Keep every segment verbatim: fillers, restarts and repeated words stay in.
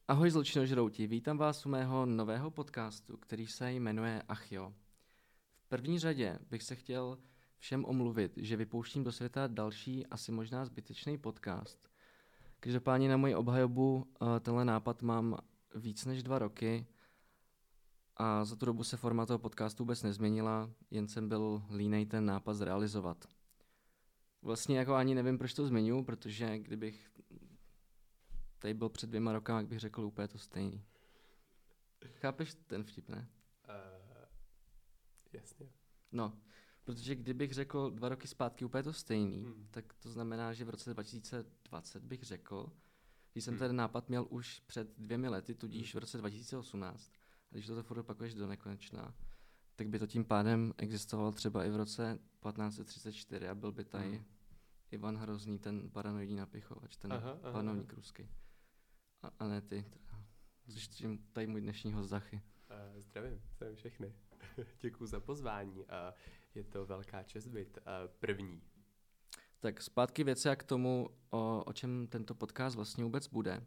Ahoj zločinožrouti, vítám vás u mého nového podcastu, který se jmenuje Ach jo. V první řadě bych se chtěl všem omluvit, že vypouštím do světa další, asi možná zbytečný podcast. Každopádně na moji obhajobu uh, tenhle nápad mám víc než dva roky a za tu dobu se forma toho podcastu vůbec nezměnila, jen jsem byl línej ten nápad zrealizovat. Vlastně jako ani nevím, proč to zmiňuji, protože kdybych tady byl před dvěma rokama, jak bych řekl úplně to stejný. Chápeš ten vtip, ne? Uh, jasně. No, protože kdybych řekl dva roky zpátky úplně to stejný, Hmm. tak to znamená, že v roce dva tisíce dvacet bych řekl, když jsem Hmm. ten nápad měl už před dvěmi lety, tudíž Hmm. v roce dva tisíce osmnáct, a když to furt opakuješ do nekonečna, tak by to tím pádem existovalo třeba i v roce patnáct set třicet čtyři a byl by tady Hmm. Ivan Hrozný, ten paranoidní napichovač, ten Aha, aha, panovník ruský. A, a ne ty, teda. Což tím tady můj dnešní host Zachy. Uh, zdravím, zdravím všechny. Děkuju za pozvání. Uh, je to velká čest být uh, první. Tak zpátky věci a k tomu, o, o čem tento podcast vlastně vůbec bude.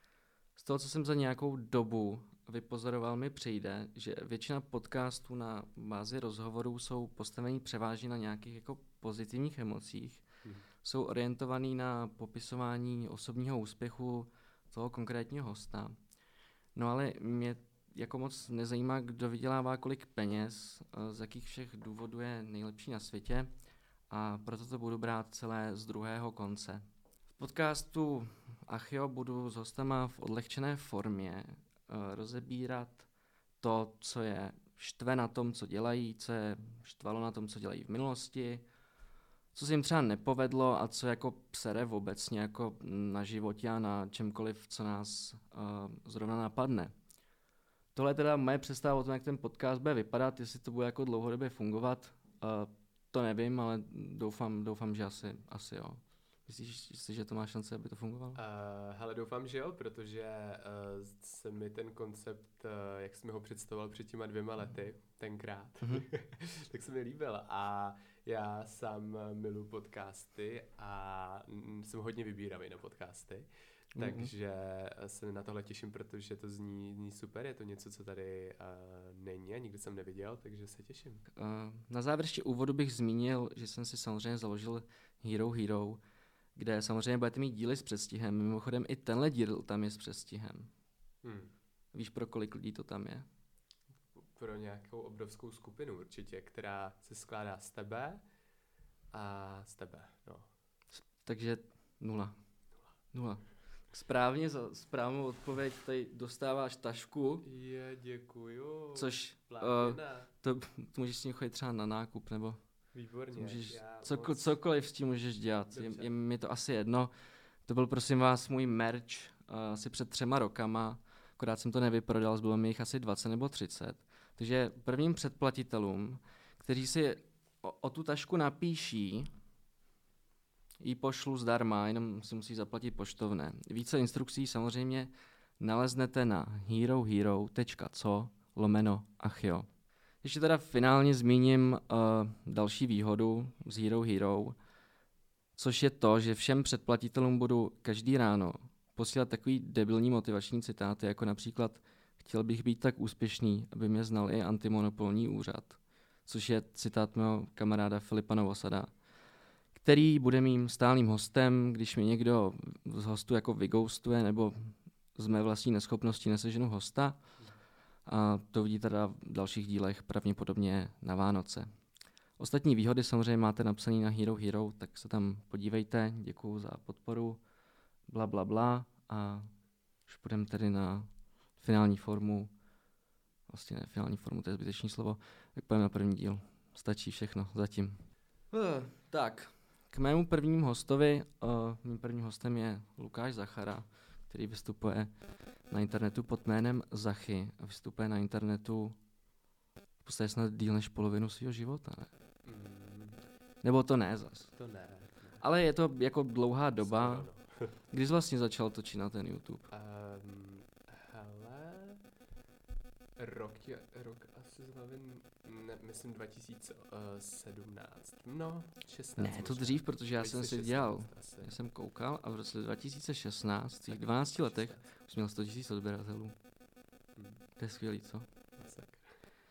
Z toho, co jsem za nějakou dobu vypozoroval, mi přijde, že většina podcastů na bázi rozhovorů jsou postavení převážně na nějakých jako pozitivních emocích. Hmm. Jsou orientovaný na popisování osobního úspěchu toho konkrétního hosta. No ale mě jako moc nezajímá, kdo vydělává kolik peněz, z jakých všech důvodů je nejlepší na světě, a proto to budu brát celé z druhého konce. V podcastu Ach jo budu s hostama v odlehčené formě uh, rozebírat to, co je štve na tom, co dělají, co je štvalo na tom, co dělají v minulosti, co se jim třeba nepovedlo a co jako sere obecně jako na životě a na čemkoliv, co nás uh, zrovna napadne. Tohle je teda moje představa o tom, jak ten podcast bude vypadat, jestli to bude jako dlouhodobě fungovat, uh, to nevím, ale doufám, doufám, že asi, asi jo. Myslíš si, že to má šance, aby to fungovalo? Uh, hele, doufám, že jo, protože uh, se mi ten koncept, uh, jak jsi mi ho představoval před těma dvěma lety, tenkrát, Mm-hmm. tak se mi líbil. A já sám miluji podcasty a mm, jsem hodně vybíravý na podcasty. Mm-hmm. Takže se na tohle těším, protože to zní, zní super, je to něco, co tady uh, není a nikdy jsem neviděl, takže se těším. Uh, na závěr ještě úvodu bych zmínil, že jsem si samozřejmě založil Hero Hero, kde samozřejmě budete mít díly s předstihem. Mimochodem i tenhle díl tam je s předstihem. Hmm. Víš, pro kolik lidí to tam je? Pro nějakou obrovskou skupinu určitě, která se skládá z tebe a z tebe, no. Takže nula. Nula. Správně za správnou odpověď tady dostáváš tašku, Je, děkuju. což uh, Plátěna. to, to můžeš s tím chodit třeba na nákup, nebo Výborně. můžeš, já cokoliv, moc- cokoliv s tím můžeš dělat. Je, Dobře. je mi to asi jedno. To byl prosím vás můj merch uh, asi před třema rokama, akorát jsem to nevyprodal, zbylo mi jich asi dvacet nebo třicet. Takže prvním předplatitelům, kteří si o, o tu tašku napíší, ji pošlu zdarma, jenom si musí zaplatit poštovné. Více instrukcí samozřejmě naleznete na herohero.co lomeno ach jo. Ještě teda finálně zmíním uh, další výhodu z Hero Hero, což je to, že všem předplatitelům budu každý ráno posílat takový debilní motivační citáty, jako například chtěl bych být tak úspěšný, aby mě znal i antimonopolní úřad, což je citát mého kamaráda Filipa Novosada, který bude mým stálým hostem, když mi někdo z hostu jako vyghostuje nebo z mé vlastní neschopnosti neseženu hosta. A to vidíte teda v dalších dílech pravděpodobně na Vánoce. Ostatní výhody samozřejmě máte napsané na Hero Hero, tak se tam podívejte, děkuju za podporu, bla bla bla, a už půjdeme tedy na finální formu, vlastně ne finální formu, to je zbytečné slovo, tak půjdeme na první díl. Stačí všechno zatím. Uh, tak, k mému prvnímu hostovi, uh, mým prvním hostem je Lukáš Zachara, který vystupuje na internetu pod jménem Zachy a vystupuje na internetu v podstatě snad díl než polovinu svého života, ne? Mm, Nebo to ne zas. to ne. Ale je to jako dlouhá doba. Skoro, no. Kdy jsi vlastně začal točit na ten YouTube? Um, hele, Rok, tě, rok asi z hlavy, ne, myslím dva tisíce sedmnáct, no, šestnáct. Ne, to možná. dřív, protože já jsem si dělal, asi. já jsem koukal a v roce dva tisíce šestnáct, v těch dvanácti letech, už měl sto tisíc odběratelů. Hmm. To je skvělý, co? Masakr.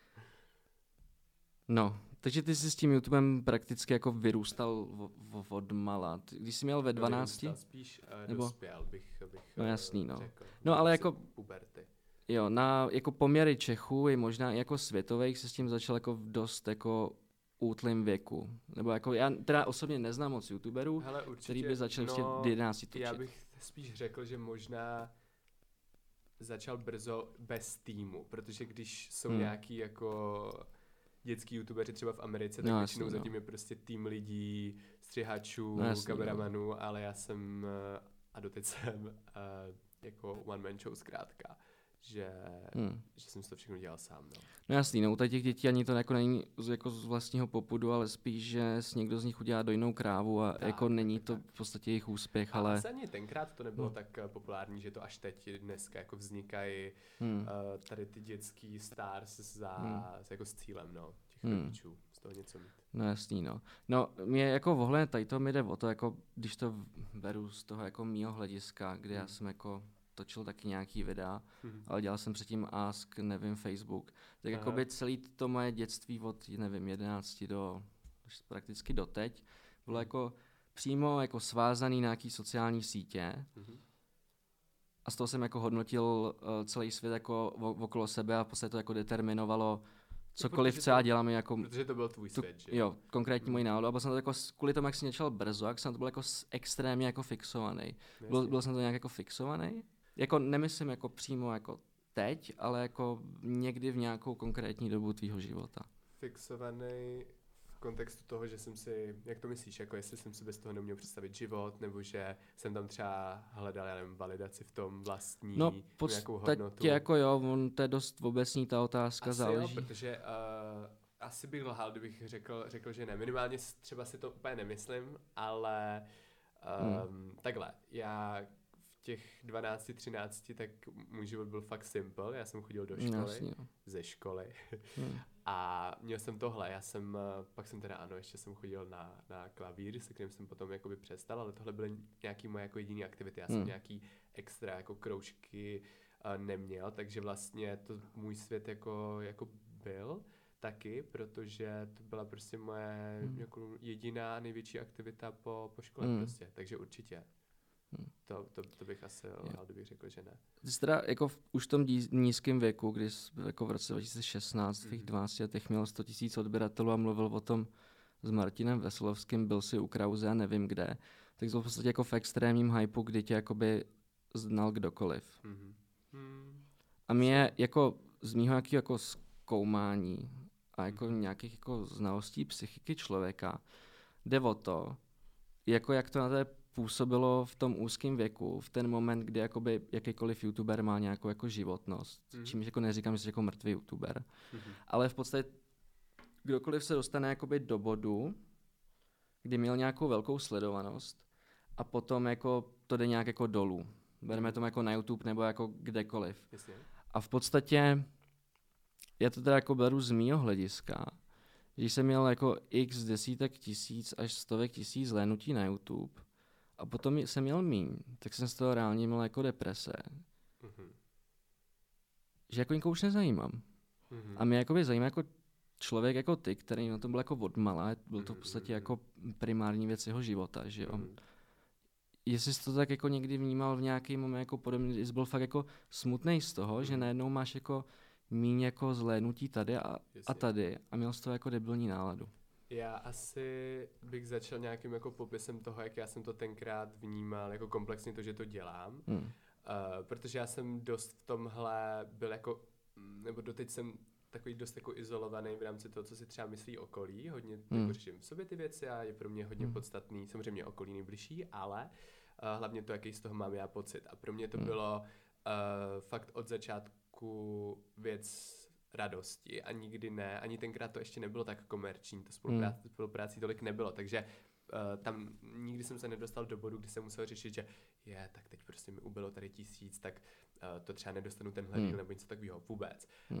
No, takže ty jsi s tím YouTubem prakticky jako vyrůstal od mala. Když jsi měl ve dvanácti? No, spíš uh, Nebo? dospěl, bych, bych No jasný, no. řekl. No ale jako, puberty. jo, na jako poměry Čechů i možná i jako světových se s tím začal jako v dost jako útlým věku. Nebo jako, já teda osobně neznám moc YouTuberů, Hele, určitě, který by začali no, ještě v jedenácti točit. Já bych spíš řekl, že možná začal brzo bez týmu, protože když jsou hmm. nějaký jako dětský youtubeři třeba v Americe, tak no, většinou jasný, zatím no. je prostě tým lidí, střihačů, no, jasný, kameramanů, no. ale já jsem, a doteď jsem, uh, jako one man show zkrátka, že, hmm. že jsem si to všechno dělal sám. No, no jasný, no u těch dětí ani to jako není z, jako z vlastního popudu, ale spíš, že s někdo z nich udělá dojnou krávu a tak, jako není tak, to v podstatě jejich úspěch, a ale... asi ani tenkrát to nebylo no. tak populární, že to až teď dneska jako vznikají hmm. uh, tady ty dětský stars za, hmm. jako s cílem, no, těch hmm. rodičů, z toho něco mít. No jasný, no. No, mě jako vohle tady to mi jde o to, jako když to beru z toho jako mýho hlediska, kde hmm. já jsem jako točil taky nějaký videa, hmm. ale dělal jsem předtím Ask, nevím, Facebook, tak jako by celý to moje dětství od, nevím, jedenácti do prakticky doteď bylo hmm. jako přímo jako svázaný na nějaký sociální sítě hmm. a z toho jsem jako hodnotil uh, celý svět jako v, okolo sebe a v podstatě to jako determinovalo cokoliv, co já dělám, jako... Protože to byl tvůj svět, že? Jo, konkrétní můj náladu. A byl jsem to jako, kvůli tomu, jak jsem začal brzo, jak jsem to byl jako extrémně jako fixovaný. Byl, byl jsem to nějak jako fixovaný? Jako nemyslím jako přímo jako teď, ale jako někdy v nějakou konkrétní dobu tvýho života. Fixovaný v kontextu toho, že jsem si, jak to myslíš, jako jestli jsem si bez toho neměl představit život, nebo že jsem tam třeba hledal, já nevím, validaci v tom vlastní, no, nějakou hodnotu. Jako jo, on, to je dost obecný ta otázka, asi záleží. Jo, protože uh, asi bych lhal, kdybych řekl, řekl, že ne. Minimálně třeba si to úplně nemyslím, ale um, hmm. takhle, já v těch dvanácti třinácti, tak můj život byl fakt simple, já jsem chodil do školy, Jasně, ze školy hmm. a měl jsem tohle, já jsem, pak jsem teda ano, ještě jsem chodil na, na klavír, se kterým jsem potom jakoby přestal, ale tohle byly nějaký moje jako jediný aktivity, já jsem hmm. nějaký extra jako kroužky uh, neměl, takže vlastně to můj svět jako, jako byl taky, protože to byla prostě moje hmm. jako jediná největší aktivita po, po škole hmm. prostě, takže určitě. Hmm. To, to, to bych asi lhal, kdybych řekl, že ne. Ty jsi teda jako v, už v tom dí, nízkém věku, kdy jsi jako v roce dva tisíce šestnáct, v těch dvanácti letech měl sto tisíc odběratelů a mluvil o tom s Martinem Veselovským, byl si u Krause a nevím kde, tak byl v podstatě jako v extrémním hypeu, kdy tě jakoby znal kdokoliv. Mm-hmm. Hmm. A mě jako z mýho jaký jako zkoumání a jako mm-hmm. nějakých jako znalostí psychiky člověka jde o to, jako jak to na té působilo v tom úzkém věku, v ten moment, kdy jakoby jakýkoliv youtuber má nějakou jako životnost. Mm-hmm. Čímž jako neříkám, že jsi jako mrtvý youtuber. Mm-hmm. Ale v podstatě kdokoliv se dostane jakoby do bodu, kdy měl nějakou velkou sledovanost a potom jako to jde nějak jako dolů. Bereme to jako na YouTube nebo jako kdekoliv. Jasně. A v podstatě já to teda jako beru z mýho hlediska, že jsem měl jako x desítek tisíc až stovek tisíc zhlédnutí na YouTube a potom jsem měl míň, tak jsem z toho reálně měl jako deprese. Mm-hmm. Že jako nikoho už nezajímám. Mm-hmm. A mě jakoby zajímá jako člověk jako ty, který na tom byl jako odmala, byl to v podstatě jako primární věc jeho života, že jo. Mm-hmm. Jestli jsi to tak jako někdy vnímal v nějaký moment jako podobně, jsi byl fakt jako smutnej z toho, mm-hmm. že najednou máš jako míň jako zhlédnutí tady a, a tady a měl z toho jako debilní náladu. Já asi bych začal nějakým jako popisem toho, jak já jsem to tenkrát vnímal, jako komplexně to, že to dělám. Hmm. Uh, protože já jsem dost v tomhle byl jako, nebo doteď jsem takový dost jako izolovaný v rámci toho, co si třeba myslí okolí. Hodně hmm. jako řeším v sobě ty věci a je pro mě hodně hmm. podstatný, samozřejmě okolí nejbližší, ale uh, hlavně to, jaký z toho mám já pocit. A pro mě to hmm. bylo uh, fakt od začátku věc radosti a nikdy ne, ani tenkrát to ještě nebylo tak komerční, to spolupráci, hmm. spolupráci tolik nebylo, takže uh, tam nikdy jsem se nedostal do bodu, kdy jsem musel řešit, že je, tak teď prostě mi ubylo tady tisíc, tak uh, to třeba nedostanu tenhle Hmm. díl nebo něco takového vůbec. Hmm. Uh,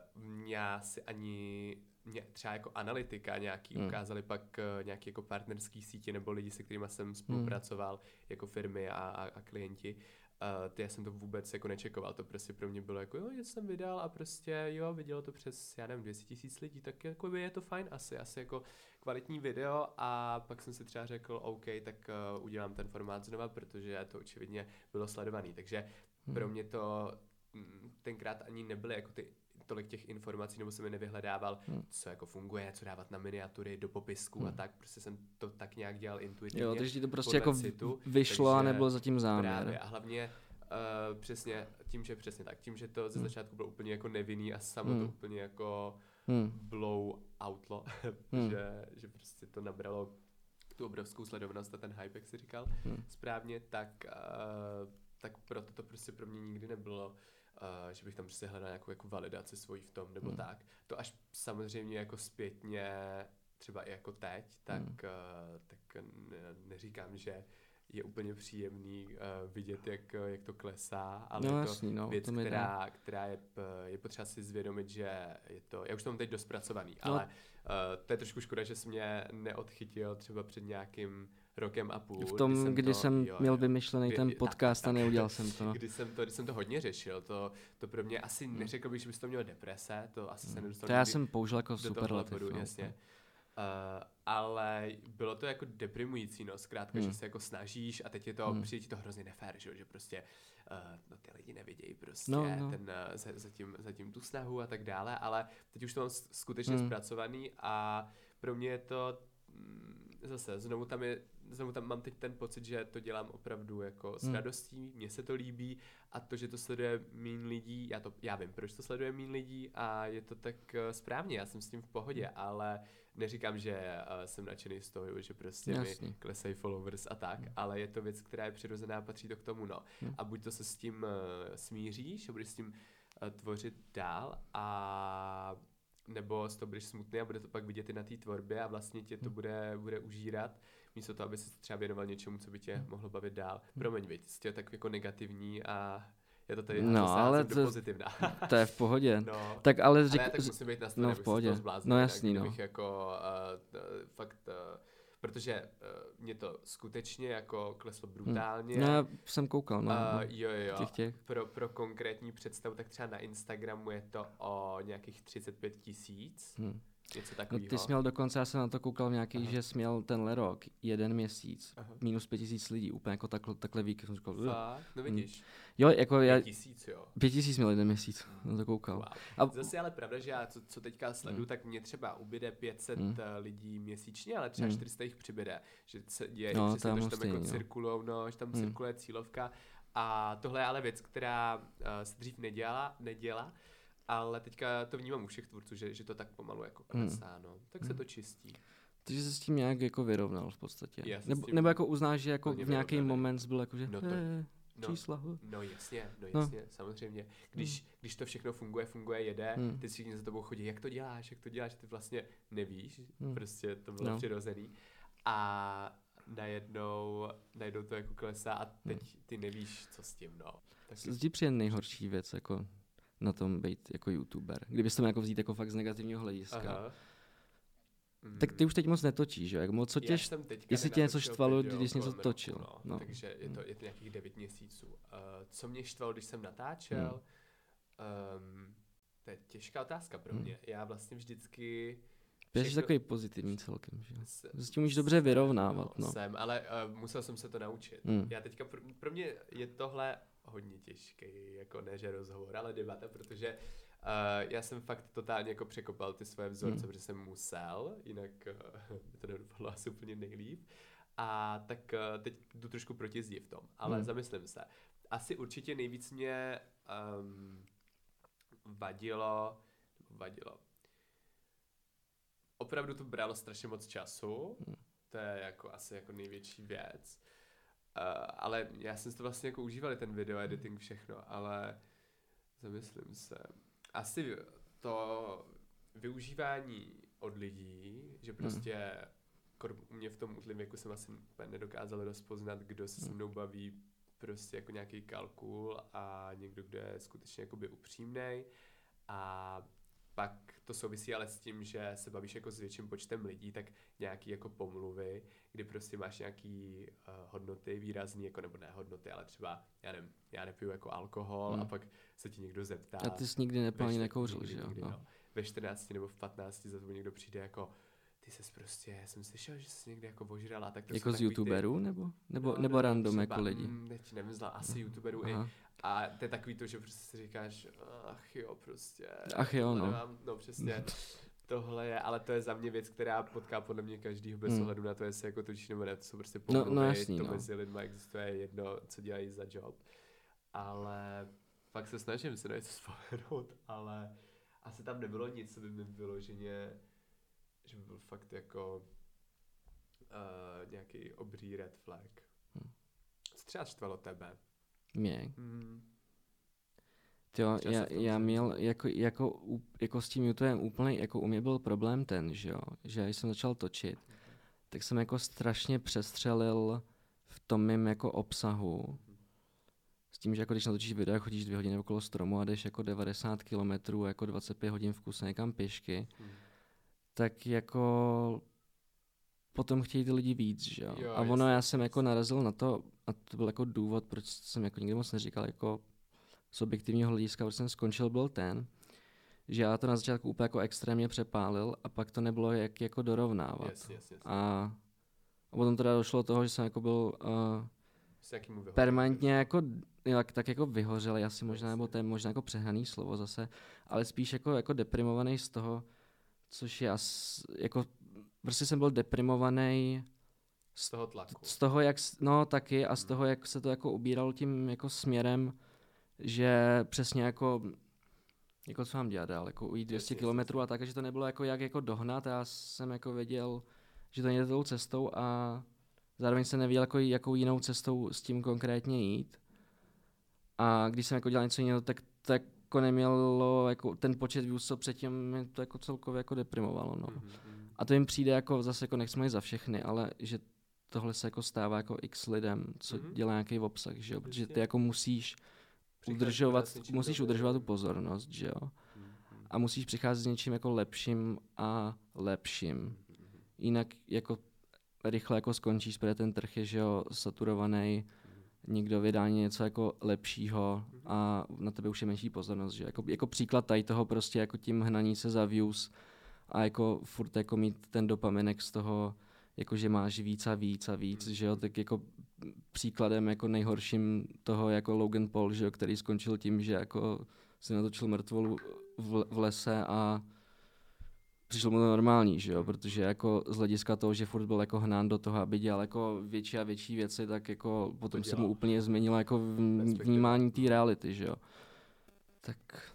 já si ani mě třeba jako analytika nějaký Hmm. ukázali pak uh, nějaký jako partnerský sítě nebo lidi, se kterými jsem spolupracoval, hmm. jako firmy a, a, a klienti. Uh, ty já jsem to vůbec jako nečekoval, to prostě pro mě bylo jako jo, něco jsem vydal a prostě jo, vidělo to přes, já nevím, dvě stě tisíc lidí, tak jako je to fajn asi, asi jako kvalitní video a pak jsem si třeba řekl, OK, tak uh, udělám ten formát znova, protože to očividně bylo sledovaný, takže hmm. pro mě to m, tenkrát ani nebyly jako ty tolik těch informací, nebo jsem je nevyhledával, hmm. co jako funguje, co dávat na miniatury, do popisku hmm. a tak, prostě jsem to tak nějak dělal intuitivně. Jo, takže ti to prostě jako citu, vyšlo a nebylo zatím záměr. Právě a hlavně uh, přesně tím, že přesně tak, tím, že to ze začátku bylo úplně jako nevinný a samo hmm. to úplně jako hmm. blow outlo, hmm. že, že prostě to nabralo tu obrovskou sledovanost a ten hype, jak jsi říkal hmm. správně, tak, uh, tak proto to prostě pro mě nikdy nebylo Uh, že bych tam prostě hledal nějakou jako validaci svojí v tom, nebo hmm. tak. To až samozřejmě jako zpětně, třeba i jako teď, tak, hmm. uh, tak ne, neříkám, že je úplně příjemný uh, vidět, jak, jak to klesá, ale no, je to jasný, no, věc, to která, která je, je potřeba si zvědomit, že je to, já už to mám teď dost zpracovaný, no. ale uh, to je trošku škoda, že jsi mě neodchytil třeba před nějakým rokem a půl. V tom, kdy jsem, kdy to, jsem jo, měl vymyšlený vy, ten tak, podcast tak, a neudělal jsem to. No. Kdy jsem to, když jsem to hodně řešil, to, to pro mě asi hmm. neřekl bych, že bys to měl deprese, to asi hmm. se nedostal. To já jsem použil jako superlativ. No, jasně. Uh, ale bylo to jako deprimující, no, zkrátka, hmm. že se jako snažíš a teď je to, hmm. přijde ti to hrozně nefér, že, že prostě uh, no, ty lidi nevidějí prostě no, no. ten, uh, za, zatím, zatím tu snahu a tak dále, ale teď už to mám skutečně hmm. zpracovaný a pro mě je to mm, zase, znovu tam je Znovu tam mám teď ten pocit, že to dělám opravdu jako s hmm. radostí, mně se to líbí a to, že to sleduje míň lidí, já, to, já vím, proč to sleduje míň lidí a je to tak uh, správně, já jsem s tím v pohodě, ale neříkám, že uh, jsem nadšený z toho, že prostě Jasně. mi klesají followers a tak, hmm. ale je to věc, která je přirozená, patří to k tomu, no. Hmm. A buď to se s tím uh, smíříš a budeš s tím uh, tvořit dál a nebo z toho budeš smutný a bude to pak vidět i na té tvorbě a vlastně tě to bude, bude užírat, místo toho, aby se třeba věnoval něčemu, co by tě mohlo bavit dál. Promiň, viď, jsi tak jako negativní a já to tady no, ale to, do pozitivna. To je v pohodě. No, tak ale, řek, ale tak musím být nastavený, no, v pohodě. abych se to zbláznil. No jasný, no. Jako, uh, fakt, uh, protože uh, mě to skutečně jako kleslo brutálně. No, já jsem koukal, no. Uh, jo, jo, těch těch. Pro, pro konkrétní představu, tak třeba na Instagramu je to o nějakých třicet pět tisíc. Hmm. Něco takového. No, ty jsi měl dokonce, já jsem na to koukal nějaký, Aha. že jsi měl tenhle rok, jeden měsíc, Aha. minus pět tisíc lidí, úplně jako takhle, takhle vík. Jsem říkal, fakt? No vidíš. Hmm. Jo, jako já... Pět tisíc, jo. Pět tisíc měl jeden měsíc, na to koukal. Wow. A... Zase ale pravda, že já co, co teďka sledu, hmm. tak mě třeba ubyde pět set hmm. lidí měsíčně, ale třeba hmm. čtyři sta jich přibyde. Že se děje no, přesně to, že tam stejný, jako no. cirkulou, no, že tam hmm. cirkuluje cílovka. A tohle je ale věc, která uh, se dřív nedělala, neděla. Ale teďka to vnímám u všech tvůrců, že, že to tak pomalu jako klesá, hmm. no. Tak hmm. se to čistí. Takže se s tím nějak jako vyrovnal v podstatě. Nebo, tím, nebo jako uznáš, že jako v nějaký moment byl jako, že no to, je, no, čísla. No jasně, no jasně, no. samozřejmě. Když, hmm. když to všechno funguje, funguje, jede, hmm. ty všichni za tebou chodí, jak to děláš, jak to děláš, ty vlastně nevíš, hmm. prostě to bylo no. přirozený. A najednou, najednou to jako klesá a teď hmm. ty nevíš, co s tím, no. Co ti přijde nejhorší věc, jako na tom být jako youtuber? Kdybyste to jako vzít jako fakt z negativního hlediska. Aha. Mm. Tak ty už teď moc netočíš, jo? Jak moc, co tě, jestli tě něco štvalo, když jsi něco točil. Roku, no. No. Takže je to, je to nějakých devět měsíců. Uh, co mě štvalo, když jsem natáčel? Hmm. Um, to je těžká otázka pro mě. Hmm. Já vlastně vždycky... Všechno... Jsi takový pozitivní celkem, že? S tím můžeš dobře vyrovnávat, no. Jsem, ale uh, musel jsem se to naučit. Hmm. Já teďka, pro, pro mě je tohle hodně těžký, jako ne, že rozhovor, ale debata, protože Uh, já jsem fakt totálně jako překopal ty svoje vzorce, hmm. protože jsem musel, jinak uh, to nedopadlo asi úplně nejlíp. A tak uh, teď jdu trošku proti zdi v tom, ale hmm. zamyslím se. Asi určitě nejvíc mě um, vadilo, vadilo. Opravdu to bralo strašně moc času, hmm. to je jako asi jako největší věc. Uh, ale já jsem si to vlastně jako užíval, ten video editing, všechno, ale zamyslím se. Asi to využívání od lidí, že prostě hmm. u mě v tom útlém věku jsem asi nedokázal rozpoznat, kdo se se mnou baví prostě jako nějaký kalkul a někdo, kdo je skutečně jakoby upřímnej. A pak to souvisí ale s tím, že se bavíš jako s větším počtem lidí, tak nějaký jako pomluvy, kdy prostě máš nějaký uh, hodnoty výrazný, jako nebo ne hodnoty, ale třeba, já nevím, já nepiju jako alkohol hmm. a pak se ti někdo zeptá. A ty jsi nikdy nepil ani nekouřil, že jo? No. No. Ve čtrnácti nebo v patnácti za to někdo přijde jako, ty ses prostě, já jsem slyšel, že jsi někdy jako ožrala. Tak to jako z youtuberů, ty... nebo, nebo, no, nebo no, random třeba, jako lidi? Teď nemyslel, asi youtuberů i. A to je takový to, že prostě si říkáš, ach jo, prostě. Ach jo, no. Nemám, no přesně, tohle je, ale to je za mě věc, která potká podle mě každýho bez hmm. ohledu na to, jestli jako točí nebo ne, to jsou prostě pomluvy, no, no, jasný, to no. mezi lidma existuje jedno, co dělají za job. Ale fakt se snažím se na něco vzpomenout, ale asi tam nebylo nic, co by mi vyloženě, že by byl fakt jako uh, nějaký obří red flag. Hmm. Co třeba štvalo tebe? Mě? Hmm. Jo, já, já měl jako, jako, jako s tím YouTubem úplně, jako u mě byl problém ten, že jo, že když jsem začal točit, okay. tak jsem jako strašně přestřelil v tom mým jako obsahu. S tím, že jako když natočíš video, chodíš dvě hodiny okolo stromu a jdeš jako devadesát kilometrů, jako dvacet pět hodin v kuse někam pěšky, hmm. tak jako potom chtějí ty lidi víc, že jo. jo a ono, já jsem jako narazil na to, a to byl jako důvod, proč jsem jako nikdy moc neříkal, jako z objektivního hlediska, protože jsem skončil, byl ten, že já to na začátku úplně jako extrémně přepálil a pak to nebylo jak jako dorovnávat. Yes, yes, yes. A, a potom teda došlo do toho, že jsem jako byl uh, permanentně jako, jak, tak jako vyhořelý, asi možná, nebo to je možná jako přehnaný slovo zase, ale spíš jako, jako deprimovaný z toho, což je as, jako, prostě jsem byl deprimovaný z toho tlaku. Z toho, jak, no taky a z hmm. toho, jak se to jako ubíralo tím jako směrem, že přesně jako, jako co mám dělat dál, jako ujít dvě stě kilometrů a tak, že to nebylo jako jak jako dohnat, já jsem jako věděl, že to nejde tou cestou a zároveň jsem nevěděl, jako, jakou jinou cestou s tím konkrétně jít. A když jsem jako dělal něco jiného, tak to jako nemělo jako ten počet views, co předtím mě to jako celkově jako deprimovalo, no. Mm-hmm. A to jim přijde jako, zase jako nechceme za všechny, ale že tohle se jako stává jako x lidem, co mm-hmm. dělá nějaký obsah, že jo, protože ty jako musíš udržovat, musíš udržovat tu pozornost, že jo. Mm-hmm. A musíš přicházet s něčím jako lepším a lepším. Mm-hmm. Jinak jako rychle jako skončíš, protože ten trh je, že jo, saturovaný, mm-hmm. někdo vydá něco jako lepšího mm-hmm. a na tebe už je menší pozornost, že jako, jako příklad tady toho prostě jako tím hnaní se za views a jako furt jako mít ten dopaminek z toho, jako že máš víc a víc a víc, mm-hmm. že jo, tak jako příkladem jako nejhorším toho jako Logan Paul, že jo, který skončil tím, že jako si natočil mrtvolu v, v lese a přišlo mu to normální, že jo, protože jako z hlediska toho, že furt byl jako hnán do toho, aby dělal jako větší a větší věci, tak jako potom se mu úplně změnilo jako vnímání té reality, že jo. Tak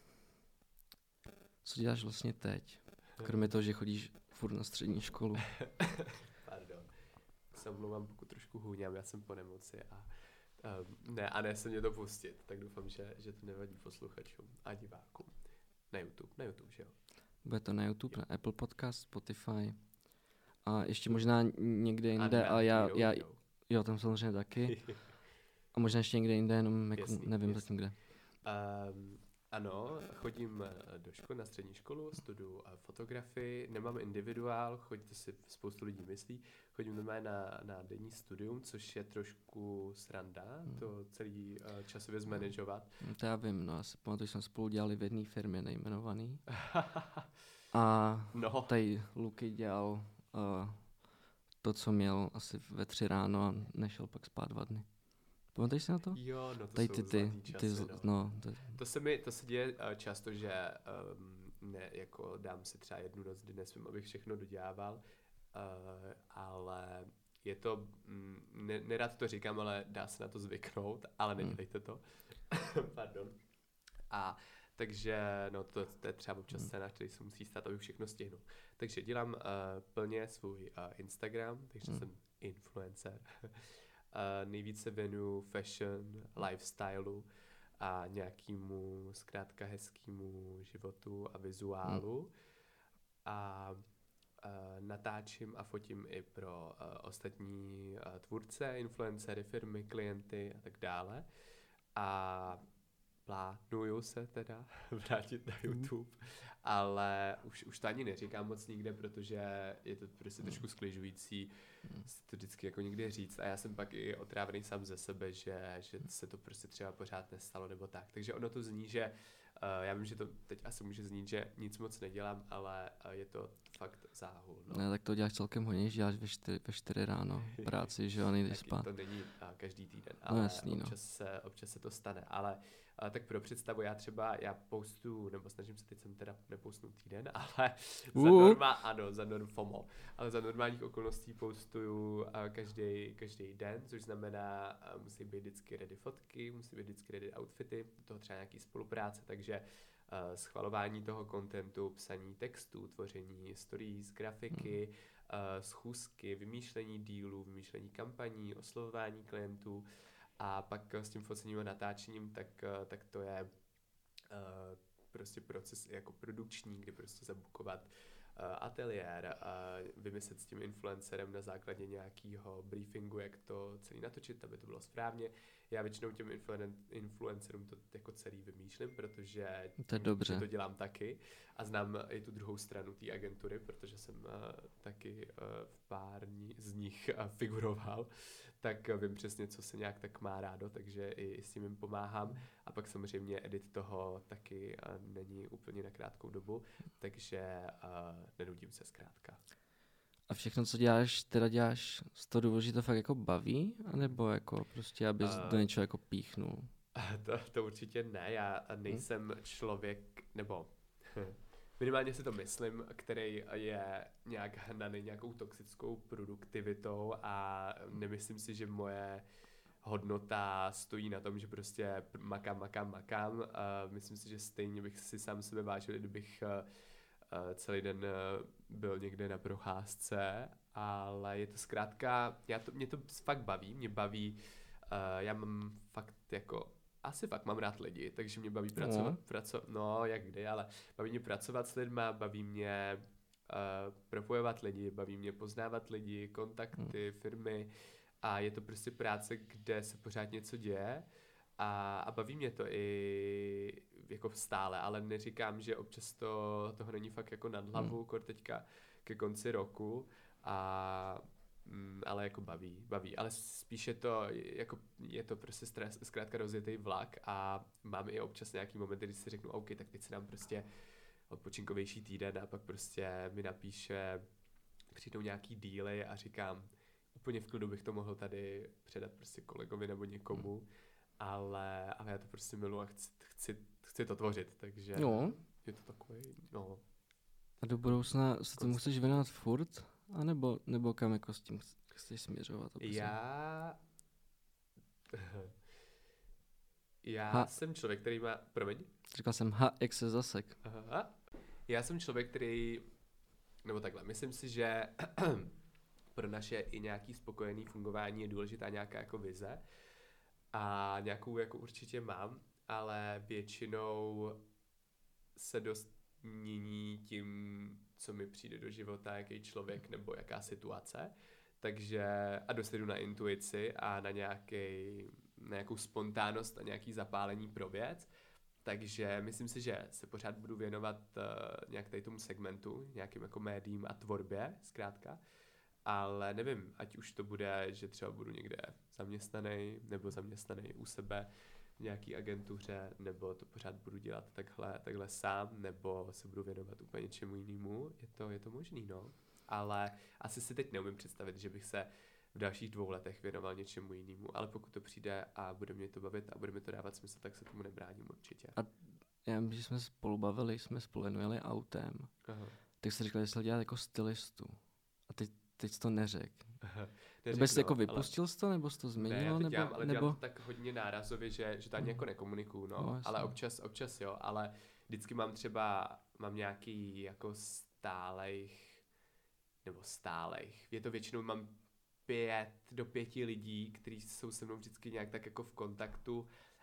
co děláš vlastně teď? Kromě toho, že chodíš furt na střední školu. Pardon. Se omlouvám, pokud trošku hůňám, já jsem po nemoci a um, ne, a ne se mě to pustit, tak doufám, že, že to nevadí posluchačům a divákům. Na YouTube, na YouTube, že jo? Bude to na YouTube, jo. Na Apple Podcast, Spotify a ještě možná někde jinde, ale já, já, jo, tam samozřejmě taky. A možná ještě někde jinde, jenom jako jasný, nevím zatím kde. Um, ano, chodím do školy, na střední školu, studuju fotografii, nemám individuál, chodí, to si spoustu lidí myslí, chodím normálně na, na denní studium, což je trošku sranda, hmm. to celý uh, časově zmanagovat. Hmm, to já vím, no, já si pamatuju, že jsme spolu dělali v jedné firmě nejmenovaný. A no. Tady Luky dělal uh, to, co měl asi ve tři ráno a nešel pak spát dva dny. Pamatuješ si na to? Jo, no to Tady jsou ty, ty, časy, ty, no. no to... To, se mi, to se děje uh, často, že um, ne, jako dám si třeba jednu noc, kdy nesmím, abych všechno dodělával, uh, ale je to, mm, ne, nerad to říkám, ale dá se na to zvyknout, ale nedělejte to. Pardon. A takže no to, to je třeba občas scénář, který se musí stát, aby všechno stihnul. Takže dělám uh, plně svůj uh, Instagram, takže hmm. jsem influencer. uh, nejvíc se věnuju fashion, lifestyleu a nějakému zkrátka hezkému životu a vizuálu. Hmm. A natáčím a fotím i pro uh, ostatní uh, tvůrce, influencery, firmy, klienty a tak dále. A plánuju se teda vrátit na YouTube, ale už, už to ani neříkám moc nikde, protože je to prostě trošku skližující si to vždycky jako někde říct a já jsem pak i otrávený sám ze sebe, že, že se to prostě třeba pořád nestalo nebo tak. Takže ono to zní, že uh, já vím, že to teď asi může znít, že nic moc nedělám, ale uh, je to fakt záhul. No. Ne, tak to děláš celkem hodně, že děláš ve čtyři, ve čtyři ráno práci, že jo, nejdeš spát. To není uh, každý týden, ale no, jasný, občas, no. se, občas se to stane, ale uh, tak pro představu, já třeba, já postu, nebo snažím se, teď jsem teda nepostnul týden, ale uh. za norma, ano, za norm FOMO, ale za normálních okolností postuju uh, každý, každý den, což znamená, uh, musí být vždycky ready fotky, musí být vždycky ready outfity, do toho třeba nějaký spolupráce, takže uh, schvalování toho kontentu, psaní textů, tvoření stories, grafiky, hmm. uh, schůzky, vymýšlení dílů, vymýšlení kampaní, oslovování klientů a pak s tím focením a natáčením, tak, uh, tak to je uh, prostě proces jako produkční, kdy prostě zabukovat uh, ateliér, uh, vymyslet s tím influencerem na základě nějakého briefingu, jak to celý natočit, aby to bylo správně. Já většinou těm influen- influencerům to jako celý vymýšlím, protože to, je dobře. to dělám taky a znám i tu druhou stranu té agentury, protože jsem uh, taky uh, v pár z nich uh, figuroval, tak uh, vím přesně, co se nějak tak má rádo, takže i, i s tím jim pomáhám a pak samozřejmě edit toho taky uh, není úplně na krátkou dobu, takže uh, nenudím se zkrátka. A všechno, co děláš, teda děláš z toho důvodu, že to fakt jako baví, anebo jako prostě, abys uh, do něčeho jako píchnul? To, to určitě ne, já nejsem hmm. člověk, nebo minimálně si to myslím, který je nějak hnaný nějakou toxickou produktivitou a nemyslím si, že moje hodnota stojí na tom, že prostě makám, makám, makám. A myslím si, že stejně bych si sám sebe vážil, kdybych celý den byl někde na procházce, ale je to zkrátka, já to, mě to fakt baví, mě baví, já mám fakt jako asi fakt mám rád lidi, takže mě baví pracovat, no, praco- no jak kdy, ale baví mě pracovat s lidma, baví mě uh, propojovat lidi, baví mě poznávat lidi, kontakty, hmm. firmy a je to prostě práce, kde se pořád něco děje a, a baví mě to i jako stále, ale neříkám, že občas to, toho není fakt jako nad hlavu, hmm. kor teďka ke konci roku a Mm, ale jako baví, baví, ale spíše to, jako je to prostě stres, zkrátka rozjetý vlak a máme i občas nějaký momenty, kdy si řeknu, OK, tak teď si dám prostě odpočinkovější týden a pak prostě mi napíše, přijdou nějaký díly a říkám, úplně v klidu bych to mohl tady předat prostě kolegovi nebo někomu, ale, ale já to prostě miluji a chci, chci, chci to tvořit, takže no. Je to takový, no. A do budoucna se tomu chceš věnovat furt? A nebo, nebo kam jako s tím chceš směřovat? Obecně? Já... Já ha. jsem člověk, který má... Promiň? Říkal jsem, ha, jak se zasek. Aha. Já jsem člověk, který... Nebo takhle, myslím si, že pro naše i nějaký spokojený fungování je důležitá nějaká jako vize. A nějakou jako určitě mám, ale většinou se dost mění tím, co mi přijde do života, jaký člověk nebo jaká situace. Takže a dost jdu na intuici a na, nějaký, na nějakou spontánnost a nějaký zapálení pro věc. Takže myslím si, že se pořád budu věnovat uh, nějak tady tomu segmentu, nějakým jako médiím a tvorbě, zkrátka. Ale nevím, ať už to bude, že třeba budu někde zaměstnaný nebo zaměstnaný u sebe v nějaký agentuře, nebo to pořád budu dělat takhle, takhle sám, nebo se budu věnovat úplně něčemu jinému. Je to, je to možný, no. Ale asi si teď neumím představit, že bych se v dalších dvou letech věnoval něčemu jinému, ale pokud to přijde a bude mě to bavit a bude mi to dávat smysl, tak se tomu nebráním určitě. A já vím, že jsme spolu bavili, jsme spolu jeli autem, aha. Tak jsi říkal, že jsi dělat jako stylistu. A teď, teď jsi to neřek. Nebo jsi jako vypustil ale... jsi to, nebo jsi to změnil? Ne, já nebo, dělám, ale nebo... dělám to tak hodně nárazově, že, že to ani jako nekomunikuju, no. no ale občas, občas jo, ale vždycky mám třeba, mám nějaký jako stálejch, nebo stálejch. Je to většinou, mám pět do pěti lidí, kteří jsou se mnou vždycky nějak tak jako v kontaktu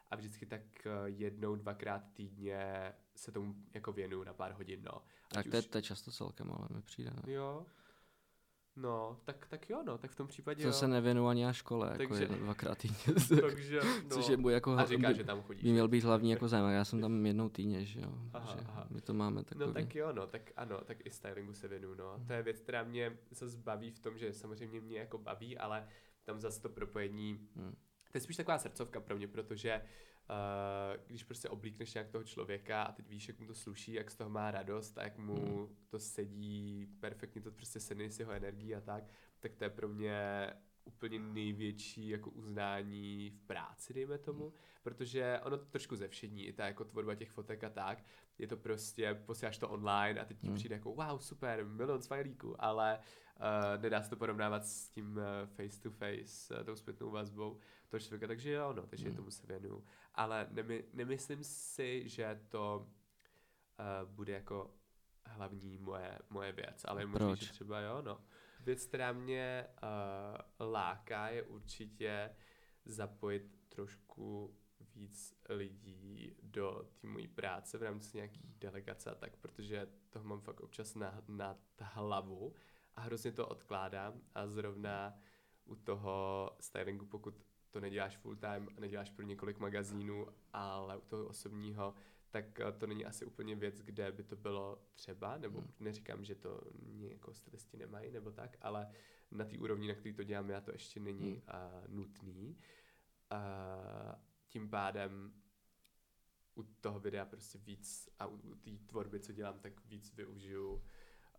a vždycky tak uh, jednou, dvakrát týdně se tomu jako věnuju na pár hodin, no. Tak to, už... to je často celkem, ale mi přijde, ne? Jo. No, tak, tak jo, no, tak v tom případě to jo. se nevěnu ani na škole, takže, jako jedno, dvakrát týdně. takže, no. Což je můj jako... A říká, by, že tam chodíš. By měl být hlavní jako zájem, já jsem tam jednou týdně, že jo. Aha, že aha. My to máme takový. No tak jo, no, tak ano, tak i stylingu se věnuju, no. To je věc, která mě zase baví v tom, že samozřejmě mě jako baví, ale tam zase to propojení, hmm. to je spíš taková srdcovka pro mě, protože Uh, když prostě oblíkneš nějak toho člověka a teď víš, jak mu to sluší, jak z toho má radost a jak mu hmm. to sedí, perfektně to prostě sedí s jeho energií a tak, tak to je pro mě úplně největší jako uznání v práci, dejme tomu, hmm. protože ono to trošku zevšední, i ta jako tvorba těch fotek a tak, je to prostě, posíláš to online a teď ti hmm. přijde jako wow, super, milion smajlíků, ale uh, nedá se to porovnávat s tím uh, face to face, uh, tou zpětnou vazbou toho člověka, takže jo, no, takže hmm. tomu se věnuju. Ale nemy, nemyslím si, že to uh, bude jako hlavní moje, moje věc, ale možná, že třeba jo, no. Věc, která mě uh, láká, je určitě zapojit trošku víc lidí do té mojí práce v rámci nějakých delegace a tak, protože toho mám fakt občas na, na hlavu a hrozně to odkládám a zrovna u toho stylingu, pokud to neděláš full time a neděláš pro několik magazínů, ale u toho osobního, tak to není asi úplně věc, kde by to bylo třeba, nebo hmm. neříkám, že to jako stylisti nemají, nebo tak, ale na té úrovni, na který to dělám já, to ještě není hmm. uh, nutný. Uh, tím pádem u toho videa prostě víc a u té tvorby, co dělám, tak víc využiju uh,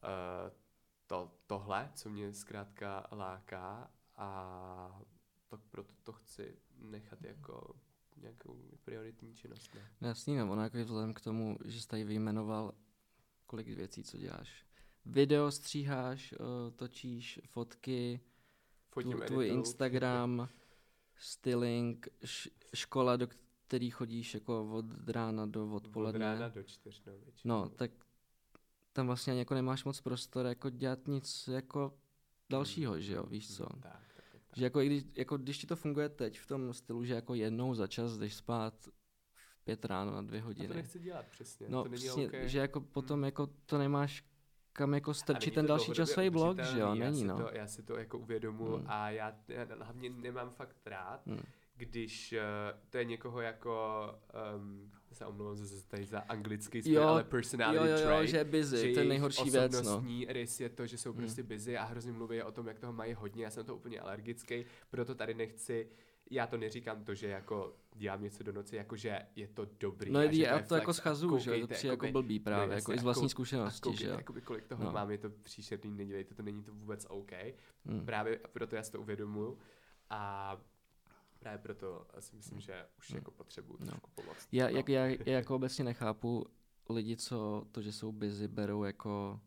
to, tohle, co mě zkrátka láká a tak proto to chci nechat jako nějakou prioritní činnost. Ne? No jasný, no, ono jako vzhledem k tomu, že jsi tady vyjmenoval kolik věcí, co děláš. Video stříháš, točíš fotky, tu, tvůj Instagram, styling, š- škola, do který chodíš jako od rána do odpoledne. Od rána do čtyř, no, většinou. No, tak tam vlastně jako nemáš moc prostor jako dělat nic jako dalšího, hmm. že jo, víš co? Hmm, tak, tak, tak. Že jako, i když, jako když ti to funguje teď v tom stylu, že jako jednou za čas jdeš spát v pět ráno na dvě hodiny. A to nechci dělat přesně, no, to není přesně, okay. že jako potom hmm. jako to nemáš kam jako strčit ten další časový blok, že jo, není já no. To, já si to jako uvědomuji hmm. a já, já hlavně nemám fakt rád, hmm. když uh, to je někoho jako, um, se omlouvám za, tady za anglický spěl, ale personality jo, jo, jo, trait, že je busy, to je nejhorší věc, no. Osobnostní rys je to, že jsou prostě hmm. busy a hrozně mluví o tom, jak toho mají hodně, já jsem to úplně alergický, proto tady nechci, já to neříkám to, že jako dělám něco do noci, jako že je to dobrý. No a je, já to, to jako schazuju, že to přijde jako blbý právě, no, jako i z vlastní zkušenosti, že jo. Jakoby kolik toho no. mám, je to příšerný, nedělejte to, není to vůbec OK. Hmm. Právě proto já si to uvědomuju a právě proto si myslím, že už hmm. jako potřebuji no. trošku pomoct. Já, no. jak, já, já jako obecně nechápu lidi, co to, že jsou busy, berou jako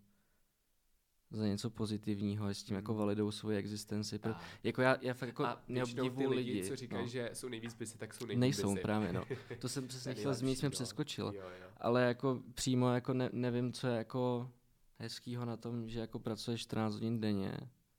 za něco pozitivního a s tím mm. jako validou svoji existenci. Pro, jako já, já fakt jako neobdivuji lidi, lidi, co říkají, no. že jsou nejvíc busy, tak jsou nejvíc Nejsou busy. právě, no. To jsem přesně chtěl zmínit, jsem no. přeskočil. Jo, jo. Ale jako přímo jako ne, nevím, co je jako hezkýho na tom, že jako pracuješ čtrnáct hodin denně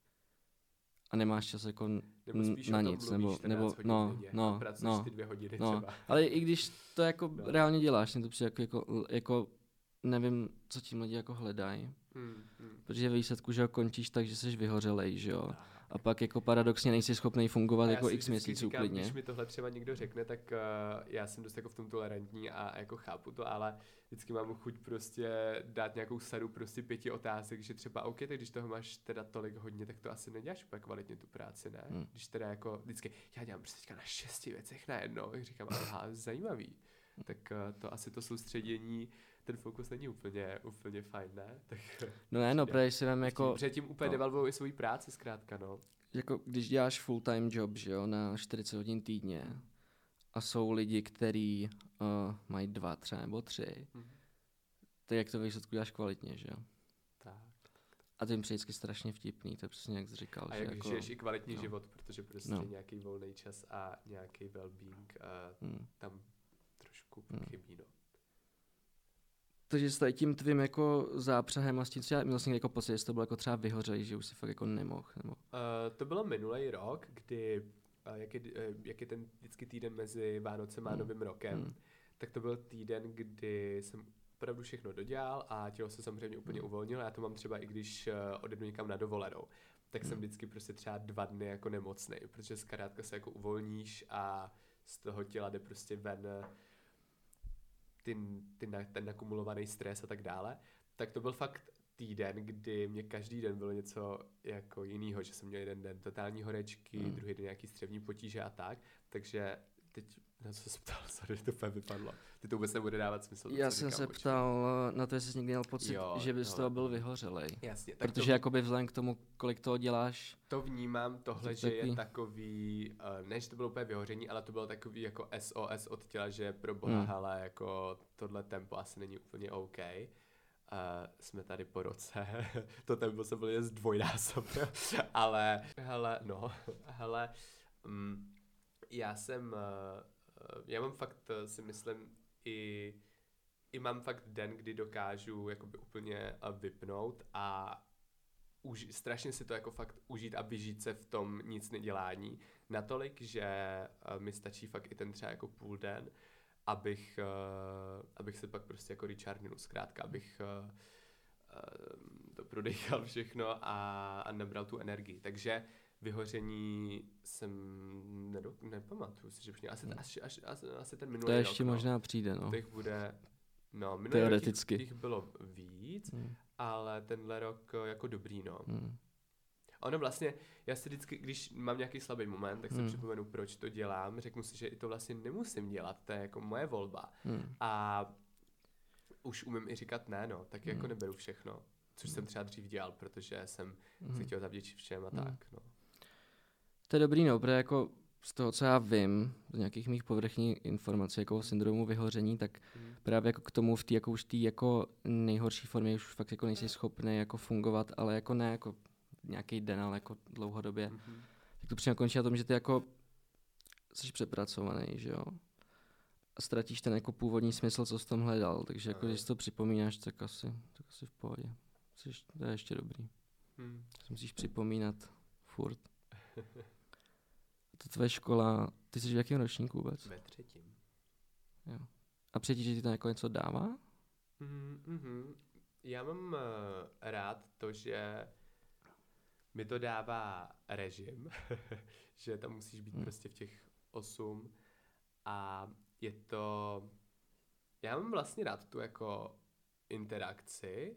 a nemáš čas jako n- na nic. Nebo, nebo no, denně, no, no, ty dvě hodiny no. třeba. Ale i když to jako no. reálně děláš, mě to přijde jako, jako, jako nevím, co tím lidi jako hledají. Hmm, hmm. Protože ve výsledku, že ho končíš tak, že jsi vyhořelej, že jo. A pak jako paradoxně nejsi schopný fungovat jako x měsíců říkám, klidně. Když mi tohle třeba někdo řekne, tak uh, já jsem dost jako v tom tolerantní a jako chápu to, ale vždycky mám chuť prostě dát nějakou sadu prostě pěti otázek, že třeba OK, tak když toho máš teda tolik hodně, tak to asi neděláš úplně kvalitně tu práci, ne? Hmm. Když teda jako vždycky, já dělám prostě teďka na šesti věcech najednou, tak říkám, aha, zajímavý. Tak uh, to asi to soustředění, ten fokus není úplně, úplně fajn, ne? Tak, no ne, no, protože si vem jako... Protože tím úplně no. devalvují i svoji práci zkrátka, no. Jako když děláš full time job, že jo, na čtyřicet hodin týdně a jsou lidi, kteří uh, mají dva třeba nebo tři, mm-hmm. tak jak to výsledku děláš kvalitně, že jo? Tak. A to jim přijde vždycky strašně vtipný, to je přesně jak jsi říkal. A že jak jako, žiješ i kvalitní no. život, protože prostě no. nějaký volný čas a nějaký well-being uh, mm. tam trošku mm. chybí, no. Takže s tady tím tvým jako zápřahem a s tím, co já měl jsem jako pocit, že to bylo jako třeba vyhořelý, že už si fakt jako nemohl. Nebo... Uh, to bylo minulý rok, kdy jak je, jak je ten vždycky týden mezi Vánocem a Novým rokem, mm. tak to byl týden, kdy jsem opravdu všechno dodělal a tělo se samozřejmě úplně mm. uvolnilo. Já to mám třeba i když odjedu někam na dovolenou, tak mm. jsem vždycky prostě třeba dva dny jako nemocnej, protože zkrátka se jako uvolníš a z toho těla jde prostě ven ty, ty, ten nakumulovaný stres a tak dále. Tak to byl fakt týden, kdy mě každý den bylo něco jako jinýho, že jsem měl jeden den totální horečky, mm. druhý den nějaký střevní potíže a tak, takže teď na co se ptal, sorry, to úplně vypadlo. Ty to vůbec nebude dávat smysl. Já jsem říkám, se počkej. ptal na to, jestli jsi někdy měl pocit, jo, že bys z toho byl vyhořelej. Jasně. Tak protože to, jakoby vzhledem k tomu, kolik toho děláš. To vnímám tohle, že je takový, ne, že to bylo úplně vyhoření, ale to bylo takový jako S O S od těla, že pro boha, hmm. hele, jako tohle tempo asi není úplně OK. Uh, jsme tady po roce, to tempo se bylo zdvojnásobně, ale hele, no, hele, um, já jsem, uh, já mám fakt, uh, si myslím, i, i mám fakt den, kdy dokážu jakoby úplně uh, vypnout a už, strašně si to jako fakt užít a vyžít se v tom nic nedělání, natolik, že uh, mi stačí fakt i ten třeba jako půl den, abych, uh, abych se pak prostě jako rechargnul, zkrátka, abych uh, uh, to prodechal všechno a, a nabral tu energii. Takže vyhoření jsem nedo, nepamatuju si, že už asi, hmm. asi, asi, asi, asi ten minulý rok. To ještě rok, možná no. přijde, no. Těch bude, no, minulý teoreticky. Rok těch bylo víc, hmm. ale tenhle rok jako dobrý, no. Hmm. Ono vlastně, já si vždycky, když mám nějaký slabý moment, tak si hmm. připomenu, proč to dělám. Řeknu si, že i to vlastně nemusím dělat, to je jako moje volba. Hmm. A už umím i říkat ne, no, tak jako hmm. neberu všechno. Což hmm. jsem třeba dřív dělal, protože jsem hmm. se chtěl zavděčit všem a hmm. tak, no. To je dobrý, no, protože jako z toho, co já vím, z nějakých mých povrchních informací, jako o syndromu vyhoření, tak hmm. právě jako k tomu v té jako už té jako nejhorší formě už fakt jako nejsi schopný jako fungovat, ale jako ne jako nějaký den, ale jako dlouhodobě. Mm-hmm. Tak to přímo končí na tom, že ty jako jsi přepracovaný, že jo? A ztratíš ten jako původní smysl, co jsi tam hledal. Takže jako, když si to připomínáš, tak asi, tak asi v pohodě. Jsi, to je ještě dobrý. Mm. To musíš připomínat furt. To tvoje škola, ty jsi v jakém ročníku vůbec? Ve třetím. Jo. A přijde, že ti to jako něco dává? Mm-hmm. Já mám uh, rád to, že mi to dává režim, že tam musíš být hmm. prostě v těch osm a je to, já mám vlastně rád tu jako interakci,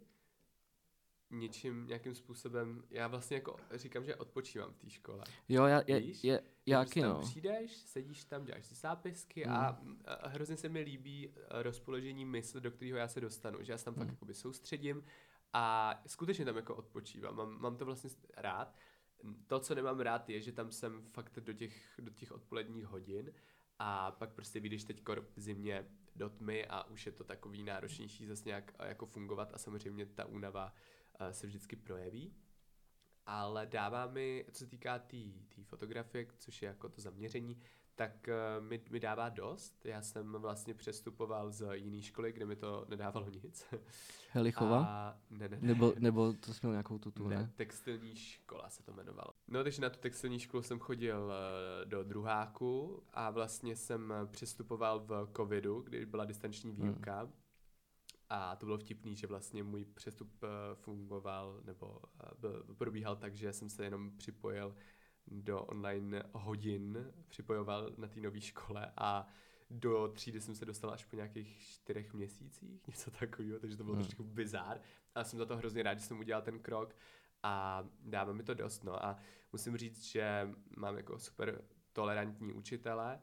něčím, nějakým způsobem, já vlastně jako říkám, že odpočívám v té škole. Jo, já, je, Víš? je, jaký tam no. přijdeš, sedíš tam, děláš si zápisky hmm. a, a hrozně se mi líbí rozpoložení mysli, do kterého já se dostanu, že já se tam hmm. fakt jakoby soustředím a skutečně tam jako odpočívám. Mám, mám to vlastně rád. To, co nemám rád, je, že tam jsem fakt do těch, do těch odpoledních hodin a pak prostě vyjdeš teď v zimě do tmy a už je to takový náročnější zase nějak jako fungovat a samozřejmě ta únava uh, se vždycky projeví. Ale dává mi, co se týká té tý, tý fotografie, což je jako to zaměření, tak uh, mi, mi dává dost. Já jsem vlastně přestupoval z jiné školy, kde mi to nedávalo nic. Helichova? A, ne, ne, ne. Nebo, nebo to jsi měl nějakou tutu, ne? ne? Textilní škola se to jmenovalo. No, takže na tu textilní školu jsem chodil uh, do druháku a vlastně jsem přestupoval v covidu, kdy byla distanční výuka. Hmm. A to bylo vtipný, že vlastně můj přestup uh, fungoval, nebo uh, byl, probíhal tak, že jsem se jenom připojil do online hodin, připojoval na té nové škole a do třídy jsem se dostal až po nějakých čtyřech měsících, něco takového, takže to bylo hmm. trošku bizár. A jsem za to hrozně rád, že jsem udělal ten krok a dává mi to dost. No. A musím říct, že mám jako super tolerantní učitele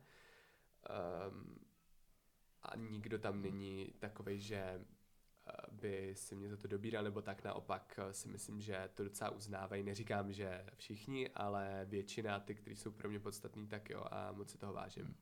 um, a nikdo tam není takovej, že by si mě za to dobíral, nebo tak naopak si myslím, že to docela uznávají. Neříkám, že všichni, ale většina, ty, kteří jsou pro mě podstatný, tak jo, a moc si toho vážím.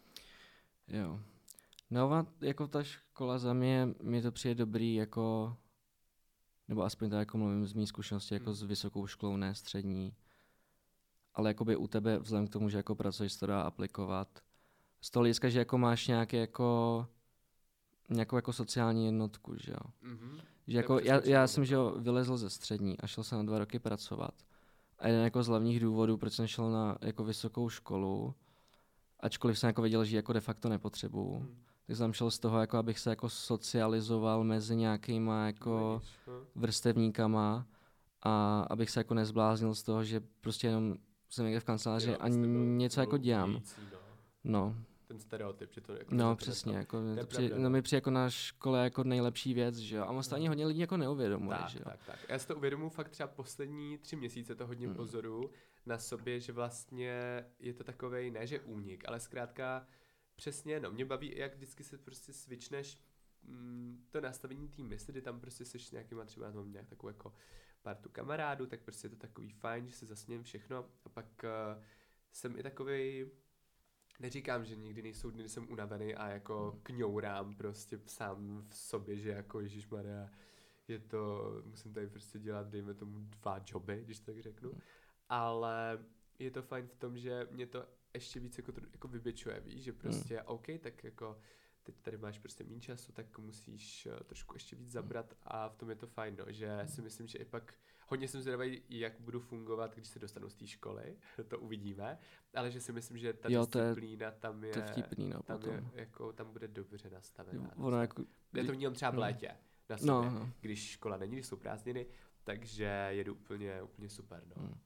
Jo. No a jako ta škola za mě, mi to přijde dobrý jako, nebo aspoň tak jako mluvím z mý zkušenosti, jako hmm. s vysokou školou, ne střední, ale jakoby u tebe vzhledem k tomu, že jako pracuješ, to dá aplikovat. Z toho hlediska, že jako máš nějaké jako nějakou jako sociální jednotku, že jo. Mm-hmm. Že jako já, já jsem, že jo, vylezl ze střední a šel jsem na dva roky pracovat. A jeden jako z hlavních důvodů, proč jsem šel na jako vysokou školu, ačkoliv jsem jako věděl, že jako de facto nepotřebuju, Hmm. tak jsem šel z toho, jako abych se jako socializoval mezi nějakýma jako Vidíš, no. vrstevníkama a abych se jako nezbláznil z toho, že prostě jenom jsem někde v kanceláři Jo, a abys nebyl něco jako dělám. bludějící, no. No, Ten stereotyp, že to jako no to přesně, to, jako, to je to přijde, pravda, no no. mi přijde jako na škole jako nejlepší věc, že jo, a ostatně Mhm. hodně lidí jako neuvědomuje, Tak, že jo. tak, tak. Já si to uvědomuji fakt třeba poslední tři měsíce, to hodně Hmm. pozoru na sobě, že vlastně je to takovej, ne že únik, ale zkrátka přesně, no, mě baví, jak vždycky se prostě switchneš mm, to nastavení té mysli, kdy tam prostě seš s nějakýma třeba, mám nějak takovou jako partu kamarádů, tak prostě je to takový fajn, že se zasmějem všechno a pak uh, jsem i takovej, neříkám, že nikdy nejsou dny, kdy jsem unavený a jako kňourám prostě sám v sobě, že jako ježišmarja, je to, musím tady prostě dělat, dejme tomu dva joby, když to tak řeknu, ale je to fajn v tom, že mě to ještě víc jako, tro- jako vyběčuje, víš, že prostě OK, tak jako teď tady máš prostě méně času, tak musíš uh, trošku ještě víc zabrat a v tom je to fajn, no, že si myslím, že i pak hodně jsem zvědavý, jak budu fungovat, když se dostanu z té školy, to uvidíme, ale že si myslím, že ta Jo, to je- disciplína tam je, To je vtipný, no, tam potom. je, jako, tam bude dobře nastavená. Ono jako, Já to vnímám třeba v Hmm. létě na sobě, no, no. když škola není, když jsou prázdniny, takže jedu úplně, úplně super, no. Hmm.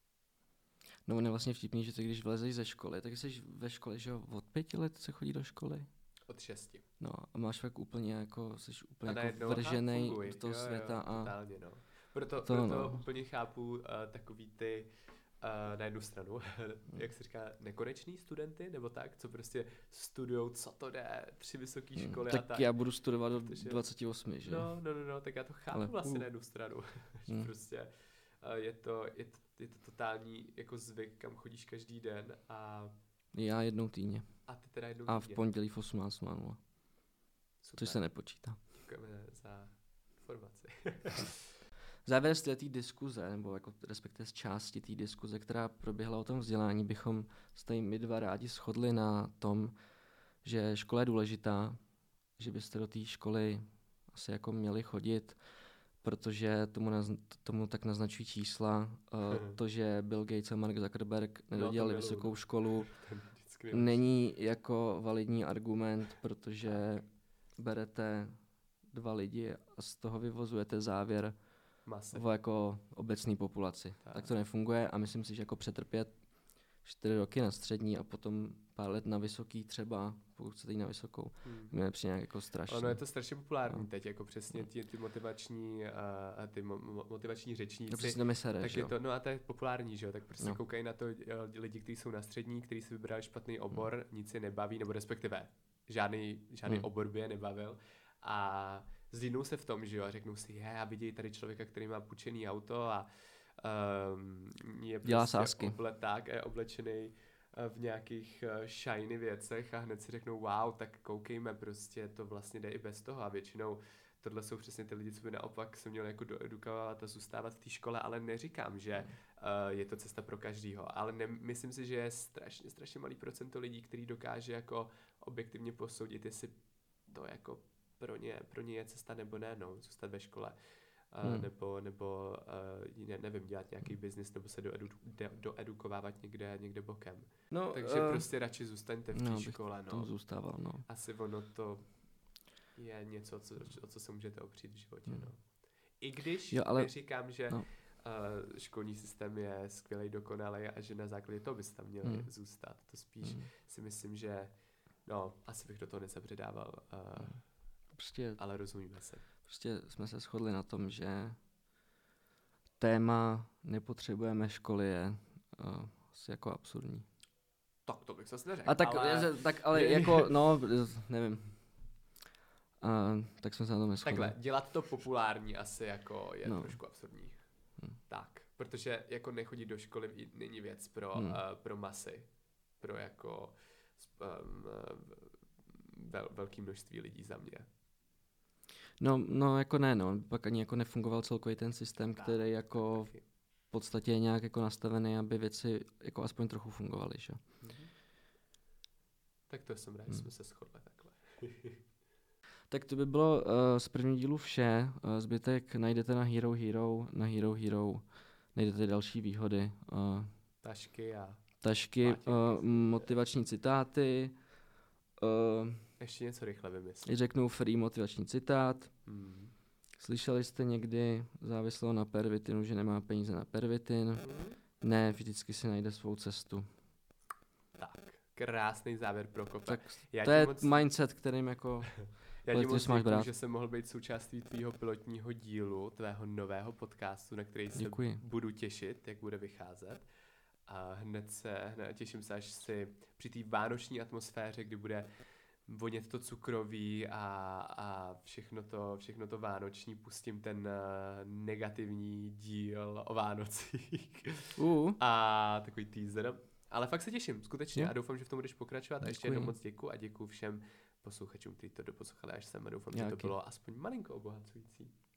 No on je vlastně vtipný, že ty když vlezeš ze školy, tak jsi ve škole, že jo, od pěti let se chodí do školy. Od šesti. No a máš fakt úplně jako, jsi A úplně jako najednou, aha, vrženej funguj. do toho Jo, jo, světa a totálně, no. Proto, to, proto no. úplně chápu uh, takový ty uh, na jednu stranu, jak se říká, nekoneční studenty, nebo tak, co prostě studujou, co to jde, tři vysoké Hmm. školy tak a tak. já budu studovat do Protože- dvacet osm, že jo. No, no, no, no, tak já to chápu Ale- vlastně uh. na jednu stranu, že Hmm. prostě uh, je, to, je, to, je to totální jako zvyk, kam chodíš každý den a, Já jednou týdně. a ty teda jednou A v týdně. pondělí v osmnáct nula nula, Super. což se nepočítá. Děkujeme za informaci. Závěr z této diskuze, nebo jako respektive z části té diskuze, která proběhla o tom vzdělání, bychom se tady my dva rádi shodli na tom, že škola je důležitá, že byste do té školy asi jako měli chodit, protože tomu, nazn- tomu tak naznačují čísla. Uh, to, že Bill Gates a Mark Zuckerberg nedodělali miluju. vysokou školu, Ten vždycky nejlepší. není jako validní argument, protože berete dva lidi a z toho vyvozujete závěr Masy. o jako obecné populaci. Tak. Tak to nefunguje a myslím si, že jako přetrpět čtyři roky na střední a potom pár let na vysoký třeba, pokud chcete jít na vysokou, Hmm. mi nepřijde nějak jako strašně. Ono je to strašně populární No. teď, jako přesně ty, ty motivační, uh, ty mo- mo- motivační řečníci. No přesně to mi sere, Tak že je jo. to, no a to je populární, že jo, tak prostě No. koukají na to uh, lidi, kteří jsou na střední, kteří si vybrali špatný obor, Hmm. nic je nebaví, nebo respektive žádný, žádný Hmm. obor by je nebavil a zlídnou se v tom, že jo, a řeknou si, je, a vidějí tady člověka, který má půjčený auto a um, je Dělá prostě sázky. Oble, tak, a je oblečený uh, v nějakých uh, shiny věcech a hned si řeknou, wow, tak koukejme, prostě to vlastně jde i bez toho a většinou tohle jsou přesně ty lidi, co by naopak se měli jako doedukovat a zůstávat v té škole, ale neříkám, že uh, je to cesta pro každýho, ale ne, myslím si, že je strašně, strašně malý procento lidí, který dokáže jako objektivně posoudit, jestli to jako pro ně, pro ně je cesta nebo ne, no, zůstat ve škole. Uh, Hmm. nebo, nebo uh, ne, nevím, dělat nějaký biznis, nebo se doedu, de, doedukovávat někde, někde bokem. No, Takže eh, prostě radši zůstaňte v té no, bych škole, tam no. zůstával, no. Asi ono to je něco, co, o co se můžete opřít v životě, Hmm. no. I když Jo, ale- neříkám, že no. uh, školní systém je skvělej, dokonalý a že na základě toho byste tam měli Hmm. zůstat. To spíš Hmm. si myslím, že no, asi bych do toho nezabředával, uh, Prostě, ale rozumíme se. prostě jsme se shodli na tom, že téma nepotřebujeme školy je uh, asi jako absurdní. Tak to bych zase neřekl, A tak, ale... ale... tak ale jako, no, nevím. A, tak jsme se na tom neschodli. Takhle, dělat to populární asi jako je No. trošku absurdní. Hmm. Tak, protože jako nechodit do školy i- není věc pro, Hmm. uh, pro masy, pro jako um, vel, velké množství lidí za mě. No, no, jako ne, no. Pak ani jako nefungoval celkový ten systém, Tak, který jako Taky. v podstatě je nějak jako nastavený, aby věci jako aspoň trochu fungovaly, že? Mhm. Tak to jsem rád, že Hmm. jsme se shodli takhle. Tak to by bylo uh, z prvního dílu vše. Uh, zbytek najdete na Hero Hero, na hero hero najdete další výhody. Uh, Tašky a... tašky, uh, motivační citáty. Uh, Ještě něco rychle vymyslím. Řeknu free motivační citát. Hmm. Slyšeli jste někdy závislého na pervitinu, že nemá peníze na pervitin? Hmm. Ne, vždycky si najde svou cestu. Tak, krásný závěr pro kopa. Tak Já to je moc... mindset, kterým jako... Já ti moc děkuji, že jsem mohl být součástí tvýho pilotního dílu, tvého nového podcastu, na který se Děkuji. budu těšit, jak bude vycházet. A hned se, hned těším se, až si při té vánoční atmosféře, kdy bude vonět to cukroví a, a všechno, to, všechno to vánoční, pustím ten uh, negativní díl o Vánocích. Uh. A takový teaser. Ale fakt se těším, skutečně. Jo. A doufám, že v tom budeš pokračovat. Děkuji. A ještě jednou moc děkuji a děkuji všem posluchačům, kteří to doposlouchali až sem. A doufám, Nějaký. že to bylo aspoň malinko obohacující.